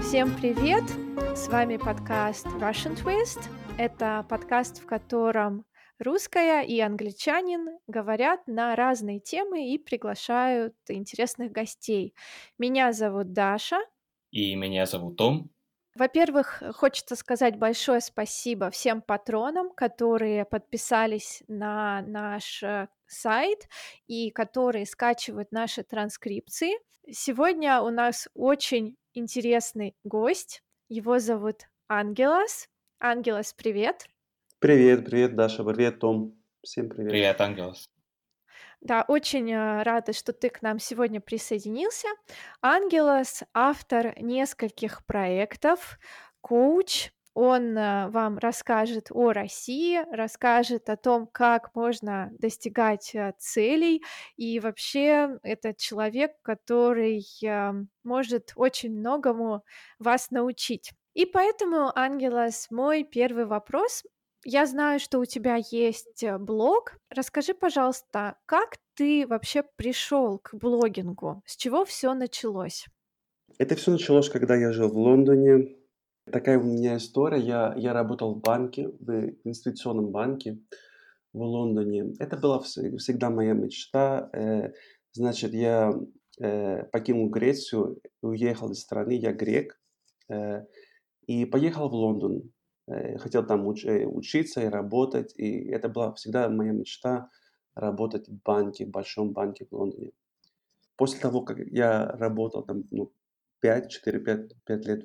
Всем привет! С вами подкаст Russian Twist. Это подкаст, в котором русская и англичанин говорят на разные темы и приглашают интересных гостей. Меня зовут Даша. И меня зовут Том. Во-первых, хочется сказать большое спасибо всем патронам, которые подписались на наш сайт и которые скачивают наши транскрипции. Сегодня у нас очень интересный гость. Его зовут Ангелос. Ангелос, привет. Привет, привет, Даша, привет, Том. Всем привет. Привет, Ангелос. Да, очень рада, что ты к нам сегодня присоединился. Ангелос — автор нескольких проектов, коуч. Он вам расскажет о России, расскажет о том, как можно достигать целей. И вообще это человек, который может очень многому вас научить. И поэтому, Ангелос, мой первый вопрос. Я знаю, что у тебя есть блог. Расскажи, пожалуйста, как ты вообще пришел к блогингу? С чего все началось? Это все началось, когда я жил в Лондоне. Такая у меня история. Я работал в банке, в инвестиционном банке в Лондоне. Это была всегда моя мечта. Значит, я покинул Грецию, уехал из страны, я грек, э, и поехал в Лондон. Хотел там учиться и работать, и это была всегда моя мечта работать в банке, в большом банке в Лондоне. После того, как я работал там, 5 лет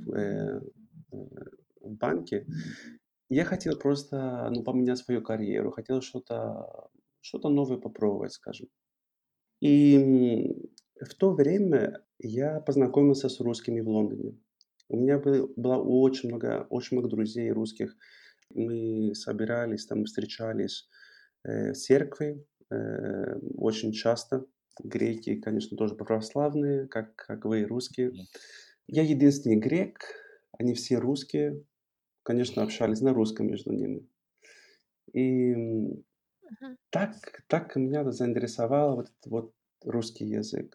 в банке, я хотел просто, поменять свою карьеру, хотел что-то новое попробовать, скажем. И в то время я познакомился с русскими в Лондоне. У меня было очень много друзей русских. Мы собирались, там встречались в церкви очень часто. Греки, конечно, тоже православные, как вы, русские. Я единственный грек, они все русские. Конечно, общались на русском между ними. И Мгм. так меня заинтересовал вот этот вот русский язык.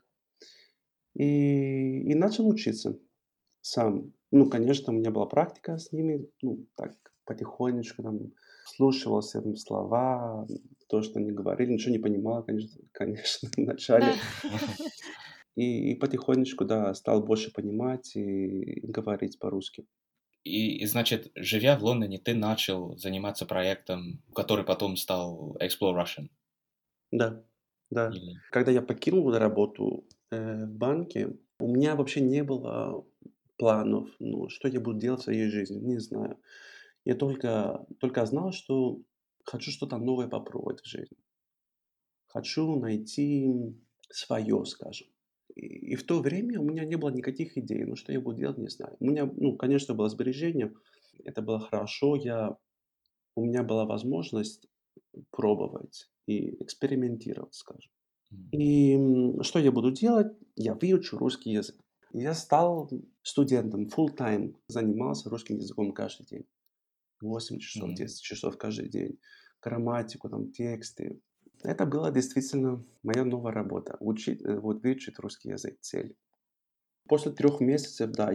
И начал учиться сам. Конечно, у меня была практика с ними, так потихонечку там вслушивался в слова, то, что они говорили. Ничего не понимал, конечно, Да. вначале. И потихонечку, да, стал больше понимать и говорить по-русски. Значит, живя в Лондоне, ты начал заниматься проектом, который потом стал Explore Russian. Да, да. Или... Когда я покинул работу в банке, у меня вообще не было планов, что я буду делать в своей жизни, не знаю. Я только знал, что хочу что-то новое попробовать в жизни. Хочу найти свое, скажем. И в то время у меня не было никаких идей, что я буду делать, не знаю. У меня, конечно, было сбережение, это было хорошо, у меня была возможность пробовать и экспериментировать, скажем. И что я буду делать? Я выучу русский язык. Я стал студентом, full-time, занимался русским языком каждый день. 8 часов, 10 часов каждый день. Грамматику, там, тексты. Это была действительно моя новая работа. Выучить русский язык, цель. После 3 месяцев, да,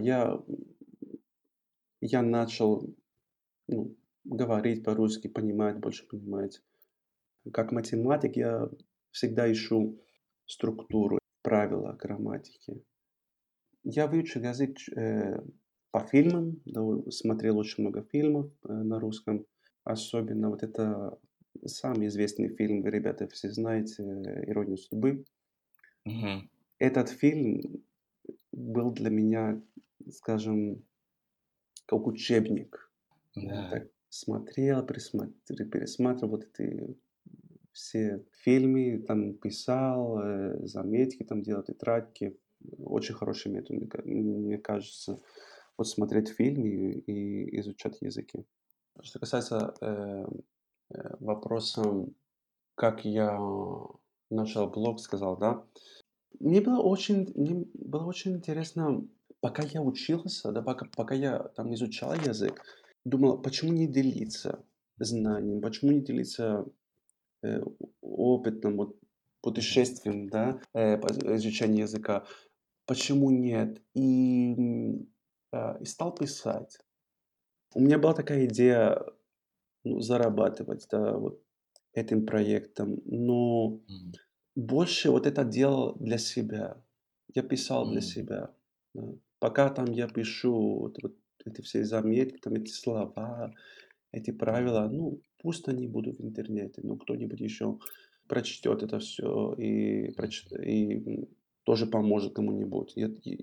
я начал говорить по-русски, понимать, больше понимать. Как математик я всегда ищу структуру, правила грамматики. Я выучил язык по фильмам, смотрел очень много фильмов на русском. Особенно вот это самый известный фильм, вы, ребята, все знаете, «Иронию судьбы». Мгм. Этот фильм был для меня, скажем, как учебник. Я Да. так смотрел, пересматривал вот эти все фильмы, там писал, заметки там делал, тетрадки. Очень хороший метод, мне кажется, вот смотреть фильм и изучать языки. Что касается вопроса, как я начал блог, сказал, да. Мне было очень интересно, пока я учился, да, пока я там изучал язык, думал, почему не делиться знанием, почему не делиться э, опытом, вот, путешествием, да, по изучению языка. Почему нет? И и стал писать. У меня была такая идея, ну, зарабатывать, да, вот этим проектом, но М, больше вот это делал для себя. Я писал для м, себя, да. Пока там я пишу вот эти все заметки, там эти слова, эти м, правила, ну, пусть они будут в интернете, но кто-нибудь еще прочтет это все и тоже поможет кому-нибудь.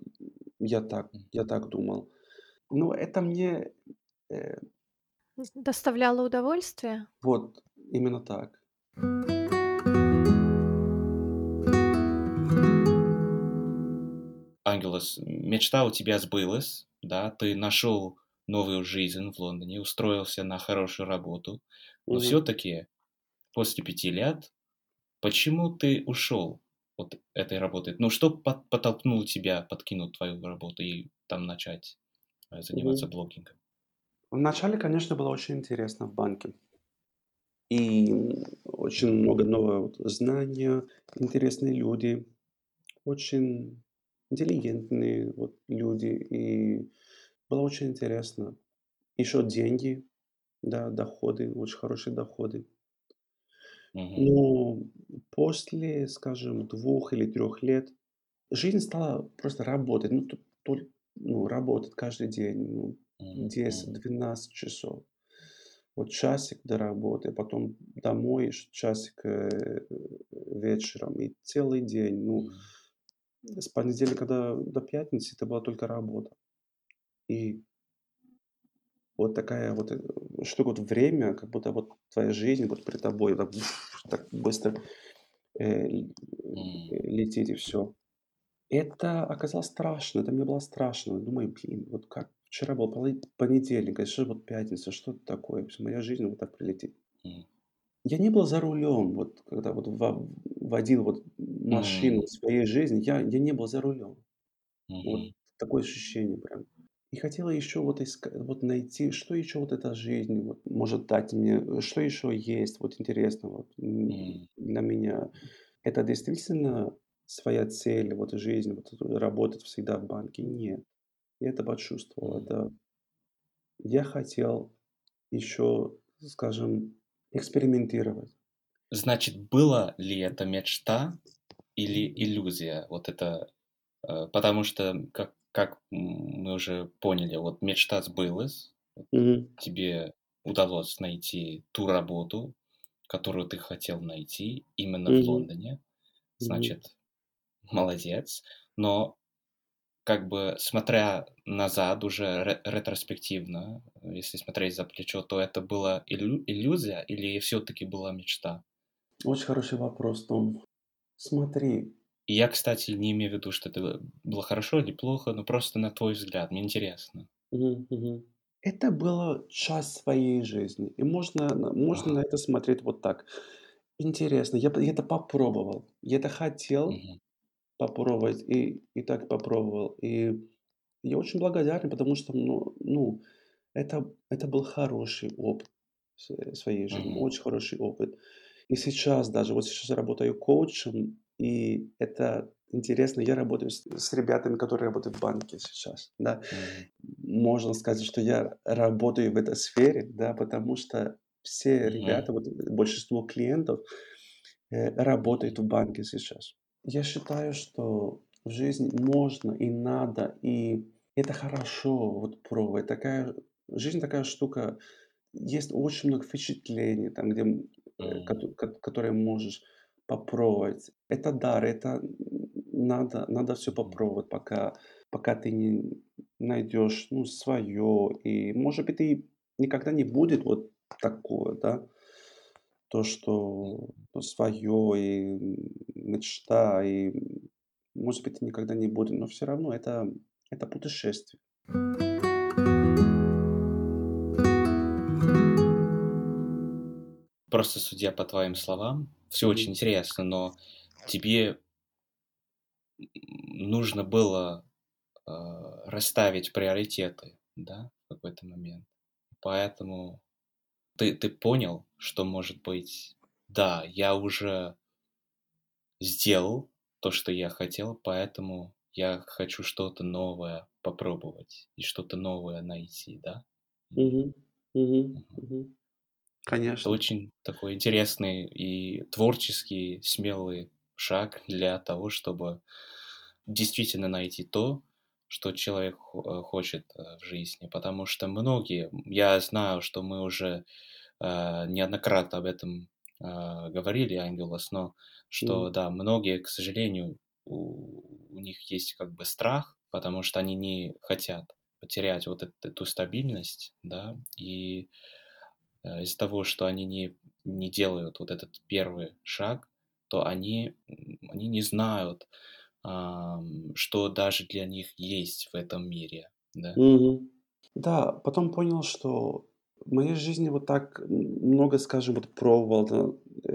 Я так думал. Но это мне, э, Доставляло удовольствие? вот именно так. Ангелос, мечта у тебя сбылась, да, ты нашел новую жизнь в Лондоне, устроился на хорошую работу, но Мгм. все-таки после 5 лет почему ты ушел от этой работы? Ну, что подтолкнуло тебя подкинуть твою работу и там начать заниматься Мгм. блогингом? Вначале, конечно, было очень интересно в банке. И очень М, много нового вот знания, интересные люди, очень интеллигентные вот люди. И было очень интересно. Еще деньги, да, доходы, очень хорошие доходы. мгм, Но после, скажем, 2 или 3 лет жизнь стала просто работать. Ну, ну, работать каждый день, ну, м, м, 10-12 часов. Вот часик до работы, потом домой еще часик вечером и целый день. Ну, м, с понедельника до пятницы это была только работа. И вот такая вот штука, вот время, как будто вот твоя жизнь вот при тобой так, так быстро м, летит и все. Это оказалось страшно, это мне было страшно. Думаю, блин, вот как вчера был понедельник, а сейчас вот пятница, что это такое? Моя жизнь вот так прилетит. м, Я не был за рулем, вот когда вот водил вот машину м, в своей жизни, я не был за рулем. Вот мгм, такое ощущение прям. И хотела еще вот вот найти, что еще вот эта жизнь вот может дать мне, что еще есть вот интересного вот, м, для меня. Это действительно своя цель, вот жизнь, вот работать всегда в банке? Нет. Я это почувствовал. м. Это я хотел еще, скажем, экспериментировать. Значит, была ли это мечта или иллюзия? Вот это, потому что, как мы уже поняли, вот мечта сбылась, вот Мгм. тебе удалось найти ту работу, которую ты хотел найти именно в Мгм. Лондоне. Мгм. Значит, молодец. Но как бы смотря назад уже ретроспективно, если смотреть за плечо, то это была иллюзия или все-таки была мечта? Очень хороший вопрос, Том. Смотри, И я, кстати, не имею в виду, что это было хорошо или плохо, но просто на твой взгляд. Мне интересно. мгм, мгм. Это была часть своей жизни, и можно на Ага. это смотреть вот так. Интересно, я это попробовал, я это хотел Мгм. попробовать и так попробовал. И я очень благодарен, потому что, ну это был хороший опыт в своей жизни, Мгм. очень хороший опыт. И сейчас даже, вот сейчас я работаю коучем, и это интересно, я работаю с ребятами, которые работают в банке сейчас, да. Мгм. Можно сказать, что я работаю в этой сфере, да, потому что все Мгм. ребята, вот большинство клиентов, работают Мгм. в банке сейчас. Я считаю, что в жизни можно и надо, и это хорошо вот пробовать. Жизнь такая штука, есть очень много впечатлений, там, где, М. которые можешь попробовать. Это дар, это надо все Мгм. попробовать, пока ты не найдешь, ну, свое. И, может быть, и никогда не будет вот такое, да, то, что свое и мечта, и, может быть, никогда не будет, но все равно это путешествие. Просто судя по твоим словам, все очень Мгм. интересно, но тебе нужно было расставить приоритеты, да, в какой-то момент. Поэтому ты понял, что, может быть, да, я уже сделал то, что я хотел, поэтому я хочу что-то новое попробовать и что-то новое найти, да. Мгм. Мгм. Мгм. Мгм. Это Конечно. очень такой интересный и творческий, смелый шаг для того, чтобы действительно найти то, что человек хочет в жизни. Потому что многие, я знаю, что мы уже неоднократно об этом говорили, Ангелос, но что, Мгм. да, многие, к сожалению, у них есть как бы страх, потому что они не хотят потерять вот эту стабильность, да, и из-за того, что они не делают вот этот первый шаг, то они не знают, что даже для них есть в этом мире, да. Мгм. Да, потом понял, что в моей жизни вот так много, скажем, вот пробовал, да,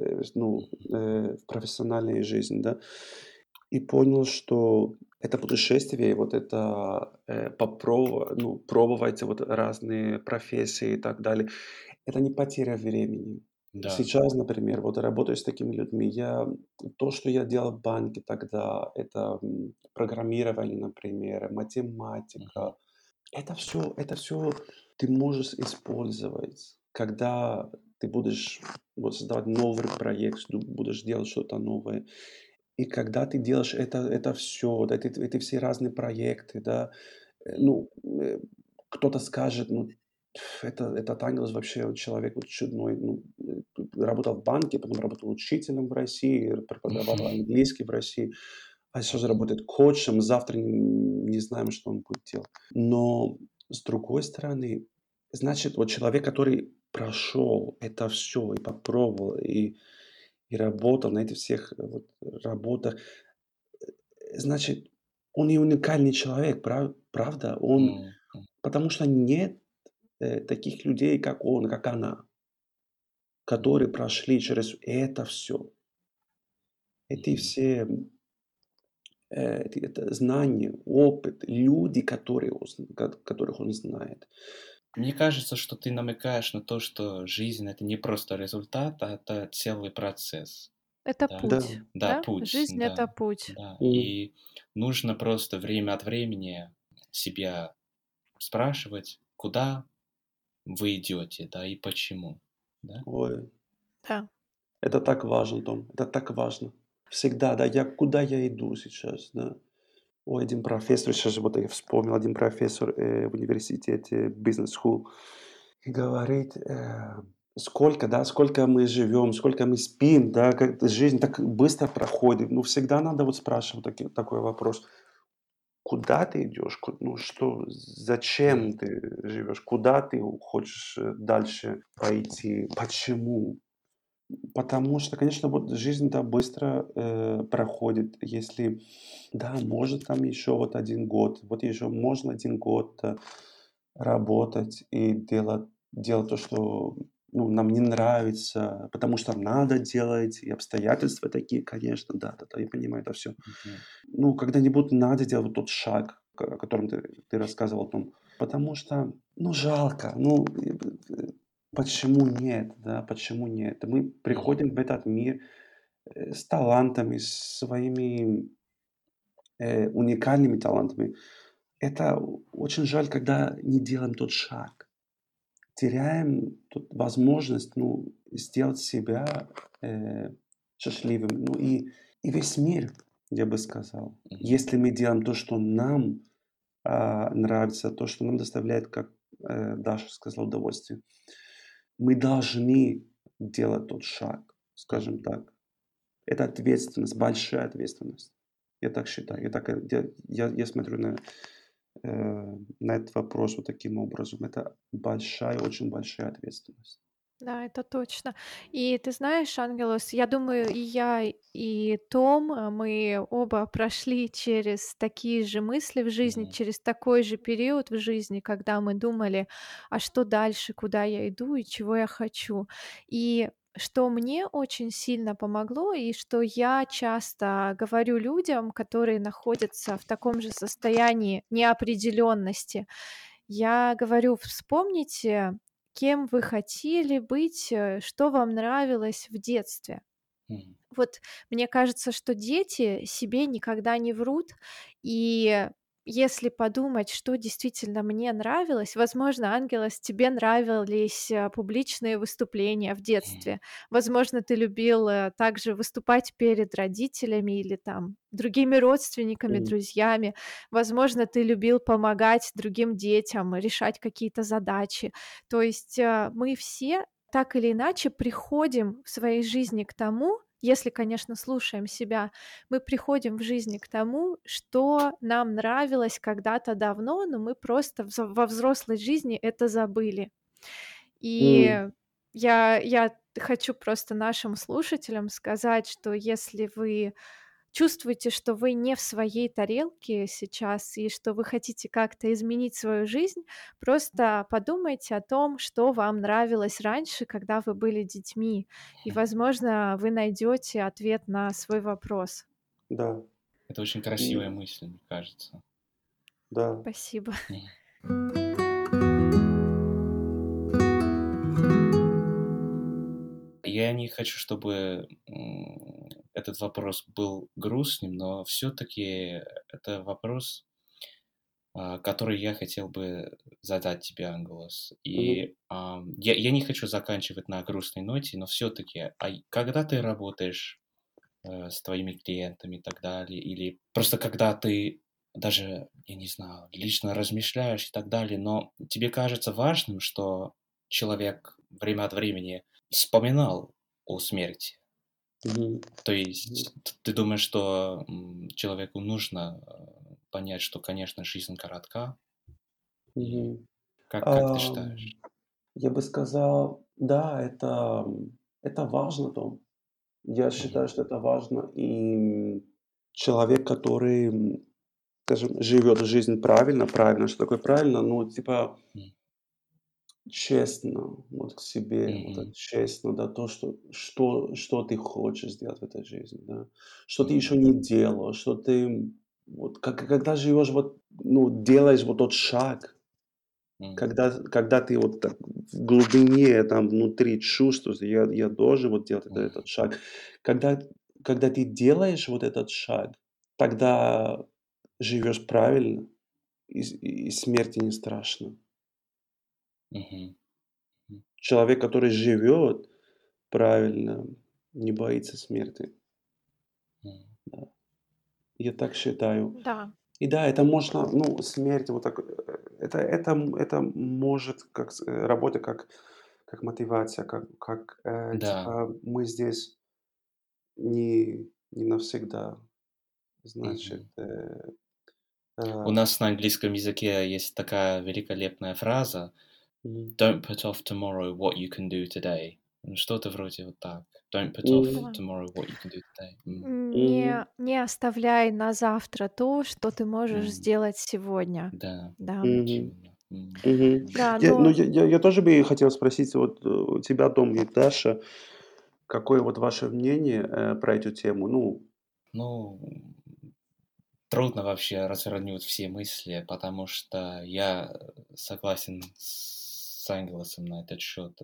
в профессиональной жизни, да, и понял, что это путешествие, вот это пробовать вот разные профессии и так далее, это не потеря времени. Да. Сейчас, например, вот работаю с такими людьми, то, что я делал в банке тогда, это программирование, например, Мгм. математика, это все ты можешь использовать, когда ты будешь вот создавать новый проект, будешь делать что-то новое. И когда ты делаешь это все, вот эти все разные проекты, да, э, ну, э, кто-то скажет: "Ну, этот ангел вообще вот человек вот чудной". Работал в банке, потом работал учителем в России, преподавал английский в России, а сейчас Мгм. работает коучем, завтра не знаем, что он будет делать. Но с другой стороны, значит, вот человек, который прошел это все и попробовал, и работал на этих всех вот работах, значит, он и уникальный человек, правда? М, м, Потому что нет, таких людей, как он, как она, мгм, которые прошли через это все, эти мгм. все, это знания, опыт, люди, которых он знает. Мне кажется, что ты намекаешь на то, что жизнь — это не просто результат, а это целый процесс. Это Да, Да, путь, да, да? путь, Жизнь — это да, путь. да. м, И нужно просто время от времени себя спрашивать, куда вы идете, да, и почему, да. ой, Да. это так важно, Том, это так важно. Всегда, да, куда я иду сейчас, да. Ой, один профессор, сейчас вот я вспомнил, один профессор, в университете, бизнес school, и говорит, сколько мы живем, сколько мы спим, да, как жизнь так быстро проходит. Ну, всегда надо вот спрашивать такой вопрос: куда ты идешь? Мгм, Зачем ты живешь? Куда ты хочешь дальше пойти? Почему? Потому что, конечно, вот жизнь-то быстро проходит. Если, да, может, там еще вот 1 год, вот еще можно 1 год работать и делать то, что, ну, нам не нравится, потому что надо делать, и обстоятельства такие, конечно, да-да-да, я понимаю это все. мгм, Ну, когда-нибудь надо делать вот тот шаг, о котором ты рассказывал, Том, потому что, ну, жалко, почему нет, да, почему нет? Мы мгм, приходим в этот мир с талантами, с своими уникальными талантами. Это очень жаль, когда не делаем тот шаг. Теряем тут возможность, ну, сделать себя, счастливым. Ну и весь мир, я бы сказал. мгм, Если мы делаем то, что нам, нравится, то, что нам доставляет, как, Даша сказала, удовольствие, мы должны делать тот шаг, скажем мгм, так. Это ответственность, большая ответственность. Я так считаю. мгм. Я смотрю на этот вопрос вот таким образом. Это большая, очень большая ответственность. Да, это точно. И ты знаешь, Ангелос, я думаю, и я, и Том, мы оба прошли через такие же мысли в жизни, Мгм. через такой же период в жизни, когда мы думали, а что дальше, куда я иду и чего я хочу. И что мне очень сильно помогло, и что я часто говорю людям, которые находятся в таком же состоянии неопределенности, я говорю: вспомните, кем вы хотели быть, что вам нравилось в детстве. Мгм. Вот мне кажется, что дети себе никогда не врут, и если подумать, что действительно мне нравилось, возможно, Ангелос, тебе нравились публичные выступления в детстве. Возможно, ты любил также выступать перед родителями или там другими родственниками, Мгм. друзьями. Возможно, ты любил помогать другим детям, решать какие-то задачи. То есть мы все так или иначе приходим в своей жизни к тому, если, конечно, слушаем себя, мы приходим в жизни к тому, что нам нравилось когда-то давно, но мы просто во взрослой жизни это забыли. М, И я хочу просто нашим слушателям сказать, что если вы чувствуете, что вы не в своей тарелке сейчас и что вы хотите как-то изменить свою жизнь, просто подумайте о том, что вам нравилось раньше, когда вы были детьми, и, возможно, вы найдете ответ на свой вопрос. да, Это очень красивая и мысль, мне кажется. да. Спасибо. Мгм. Я не хочу, чтобы этот вопрос был грустным, но все-таки это вопрос, который я хотел бы задать тебе, Ангелос. Мгм. И я не хочу заканчивать на грустной ноте, но все-таки, когда ты работаешь с твоими клиентами и так далее, или просто когда ты даже, я не знаю, лично размышляешь и так далее, но тебе кажется важным, что человек время от времени вспоминал о смерти. Мгм. То Мгм. есть ты думаешь, что человеку нужно понять, что, конечно, жизнь коротка, и Мгм. как ты Ам, считаешь? я бы сказал, да, это важно, Том. Я Мгм. считаю, что это важно. Человек, который, скажем, живет жизнь правильно, правильно, что такое правильно, ну, типа, М. честно, вот к себе, вот это Мгм. честно, да, то, что ты хочешь сделать в этой жизни, да, что ты Мгм. еще не делал, что ты, вот, когда живешь, вот, ну, делаешь вот тот шаг, М. когда ты вот так в глубине, там, внутри чувствуешь, я должен вот делать этот Мгм. шаг. Когда когда ты делаешь вот этот шаг, тогда живешь правильно, и смерти не страшно. Мгм. М. Человек, который живет правильно, не боится смерти. М. Да, я так считаю. Да, И да, это можно, ну, смерть вот так, это может работать как мотивация, Да. типа мы здесь не навсегда, значит, Мгм. У э, нас на английском языке есть такая великолепная фраза мгм, "Don't put off tomorrow what you can do today". Что-то вроде вот так. "Don't put off мгм, да. tomorrow what you can do today". мгм, Не оставляй на завтра то, что ты можешь М. сделать сегодня. Да, Да. мгм, именно. М. мгм. Да, Ну, но я тоже бы хотел спросить вот, у тебя, Том и Даша, какое вот ваше мнение, про эту тему? Ну, Ну, трудно вообще развернуть все мысли, потому что я согласен с Ангелосом на этот счет.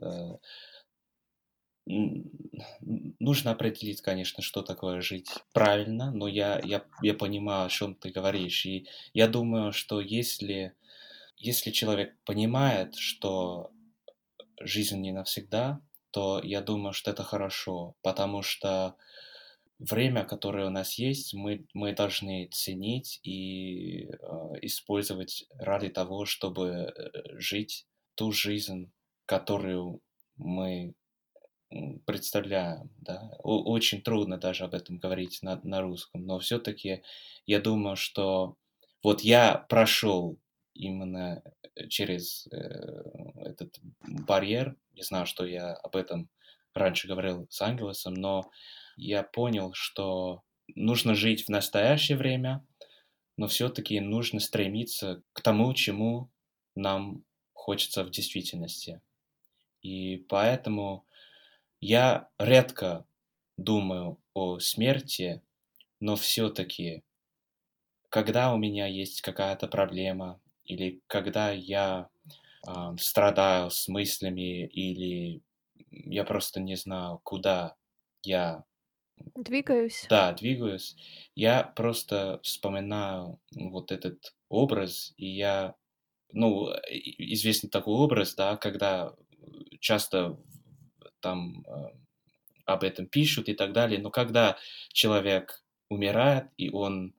Н Нужно определить, конечно, что такое жить правильно, но я понимаю, о чем ты говоришь. И я думаю, что если человек понимает, что жизнь не навсегда, то я думаю, что это хорошо, потому что время, которое у нас есть, мы должны ценить и использовать ради того, чтобы жить ту жизнь, которую мы представляем, да. Очень трудно даже об этом говорить на русском, но все-таки я думаю, что вот я прошел именно через этот барьер. Не знаю, что я об этом раньше говорил с Ангелосом, но я понял, что нужно жить в настоящее время, но все-таки нужно стремиться к тому, чему нам хочется в действительности. И поэтому я редко думаю о смерти, но все-таки, когда у меня есть какая-то проблема или когда я страдаю с мыслями или я просто не знаю, куда я Двигаюсь. да, двигаюсь, я просто вспоминаю вот этот образ, и я, ну, известный такой образ, да, когда часто там об этом пишут и так далее, но когда человек умирает, и он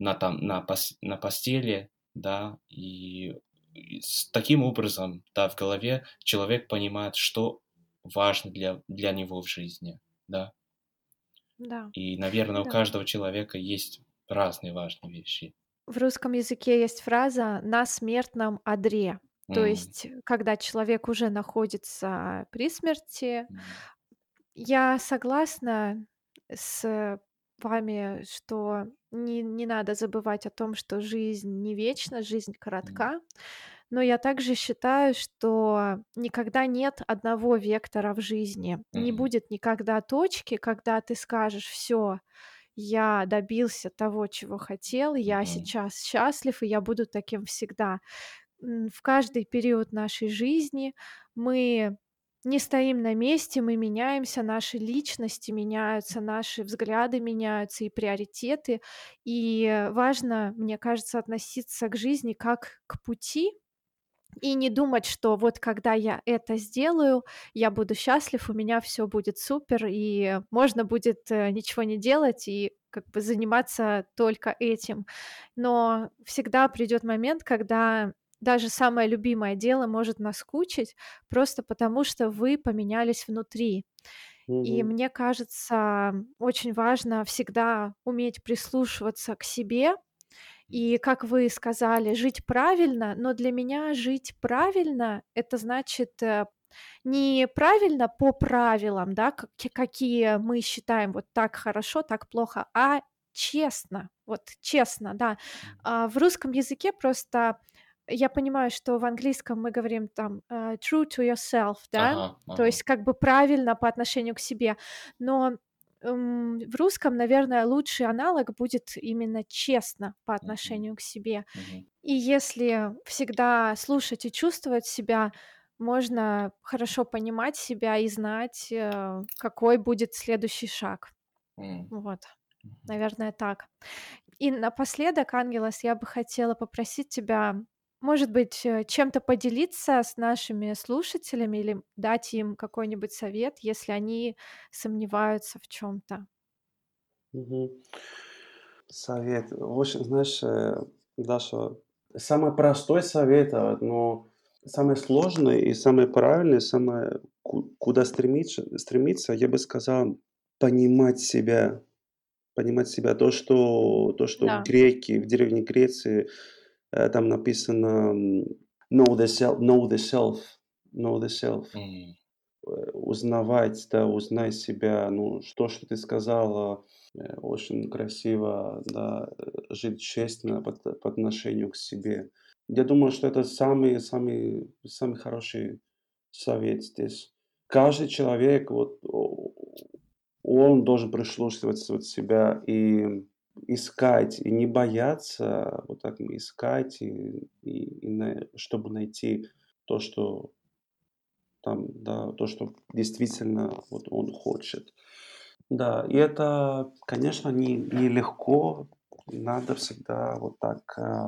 на постели, да, и с таким образом, да, в голове человек понимает, что важно для него в жизни, да. Да, И, наверное, у да. каждого человека есть разные важные вещи. В русском языке есть фраза «на смертном одре». То М, есть, когда человек уже находится при смерти. м, Я согласна с вами, что не надо забывать о том, что жизнь не вечна, жизнь м, коротка. Но я также считаю, что никогда нет одного вектора в жизни. Не мгм, будет никогда точки, когда ты скажешь: "Всё, я добился того, чего хотел, я мгм, сейчас счастлив, и я буду таким всегда". В каждый период нашей жизни мы не стоим на месте, мы меняемся, наши личности меняются, наши взгляды меняются и приоритеты. И важно, мне кажется, относиться к жизни как к пути и не думать, что вот когда я это сделаю, я буду счастлив, у меня все будет супер, и можно будет, ничего не делать и как бы заниматься только этим. Но всегда придет момент, когда даже самое любимое дело может наскучить, просто потому что вы поменялись внутри. И Мгм. мне кажется, очень важно всегда уметь прислушиваться к себе и, как вы сказали, жить правильно, но для меня жить правильно — это значит, не правильно по правилам, да, какие мы считаем вот так хорошо, так плохо, а честно. Вот честно, да. В русском языке просто я понимаю, что в английском мы говорим там, true to yourself, да, ага, то ага, есть как бы правильно по отношению к себе. Но, в русском, наверное, лучший аналог будет именно честно по мгм, отношению к себе. мгм, И если всегда слушать и чувствовать себя, можно хорошо понимать себя и знать, какой будет следующий шаг. м, Вот, мгм. наверное, так. И напоследок, Ангелос, я бы хотела попросить тебя, может быть, чем-то поделиться с нашими слушателями или дать им какой-нибудь совет, если они сомневаются в чем-то. Мгм. Совет. В общем, знаешь, Даша, самый простой совет, но самый сложный и самый правильный, самое, куда стремиться, я бы сказал, понимать себя. Понимать себя. То, что Да, греки в древней Греции, там написано, know the self. М, Узнавать, да, узнай себя. Ну, то, что ты сказала, очень красиво, да, жить честно по отношению к себе. Я думаю, что это самый хороший совет здесь. Каждый человек, вот, он должен прислушиваться вот себя и искать, и не бояться, вот так искать, чтобы найти то, что там, да, то, что действительно вот он хочет. Да, и это, конечно, нелегко. Надо всегда вот так,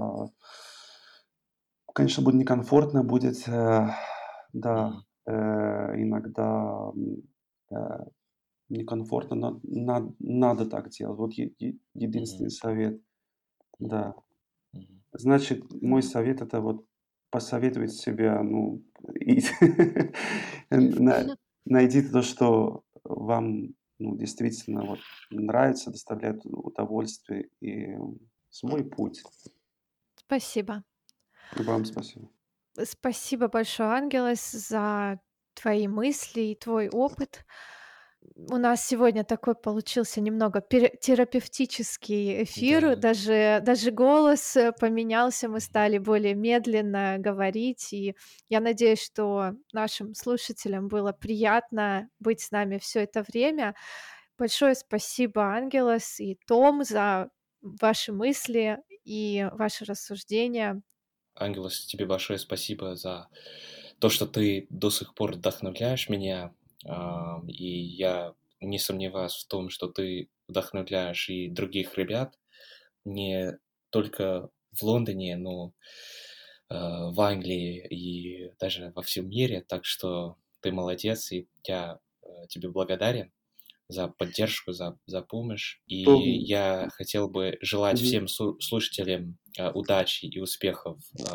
конечно, будет некомфортно, будет, да, мгм, иногда, э, некомфортно, но надо так делать. Вот мгм, единственный совет, мгм, да. мгм, Значит, мой да. совет — это вот посоветовать себя, ну, и на найдите то, что вам, ну, действительно вот нравится, доставляет удовольствие, и свой путь. Спасибо. Вам спасибо. Спасибо большое, Ангелос, за твои мысли и твой опыт. У нас сегодня такой получился немного терапевтический эфир. да, Даже голос поменялся, мы мгм. стали более медленно говорить. И я надеюсь, что нашим слушателям было приятно быть с нами все это время. Большое спасибо, Ангелос и Том, за ваши мысли и ваши рассуждения. Ангелос, тебе большое спасибо за то, что ты до сих пор вдохновляешь меня. И я не сомневаюсь в том, что ты вдохновляешь и других ребят не только в Лондоне, но в Англии и даже во всем мире. Так что ты молодец, и я тебе благодарен за поддержку, за помощь. И То, я хотел бы желать мгм. всем слушателям удачи и успехов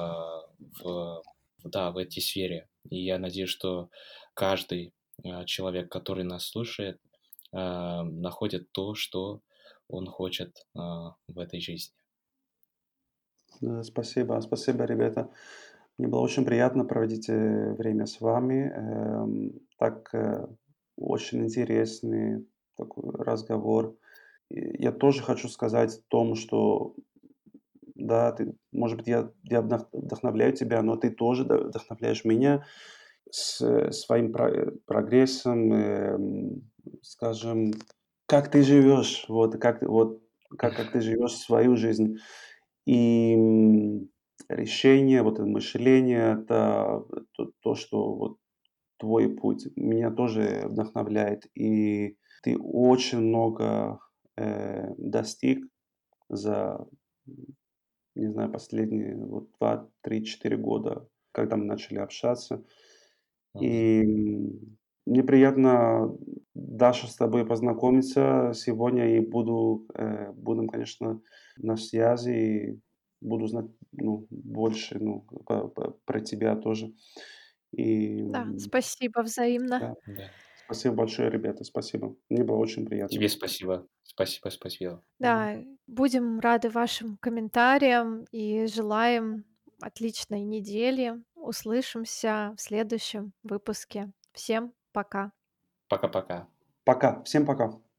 в этой сфере. И я надеюсь, что каждый человек, который нас слушает, находит то, что он хочет в этой жизни. Спасибо, спасибо, ребята. Мне было очень приятно проводить время с вами. Очень интересный такой разговор. И я тоже хочу сказать о том, что да, может быть, я вдохновляю тебя, но ты тоже вдохновляешь меня своим прогрессом, скажем, как ты живешь, как ты живешь свою жизнь. И решение, вот это мышление, это что вот твой путь меня тоже вдохновляет. И ты очень много достиг за, не знаю, последние вот 2, 3, 4 года, когда мы начали общаться. Мгм. И мне приятно, Даша, с тобой познакомиться сегодня, и будем, конечно, на связи, и буду знать, ну, больше, ну, про тебя тоже. И, Да, спасибо взаимно. да, Да. спасибо большое, ребята, спасибо. Мне было очень приятно. Тебе спасибо. Спасибо, спасибо. М, Да, будем рады вашим комментариям и желаем отличной недели. Услышимся в следующем выпуске. Всем пока. Пока-пока. Пока, всем пока.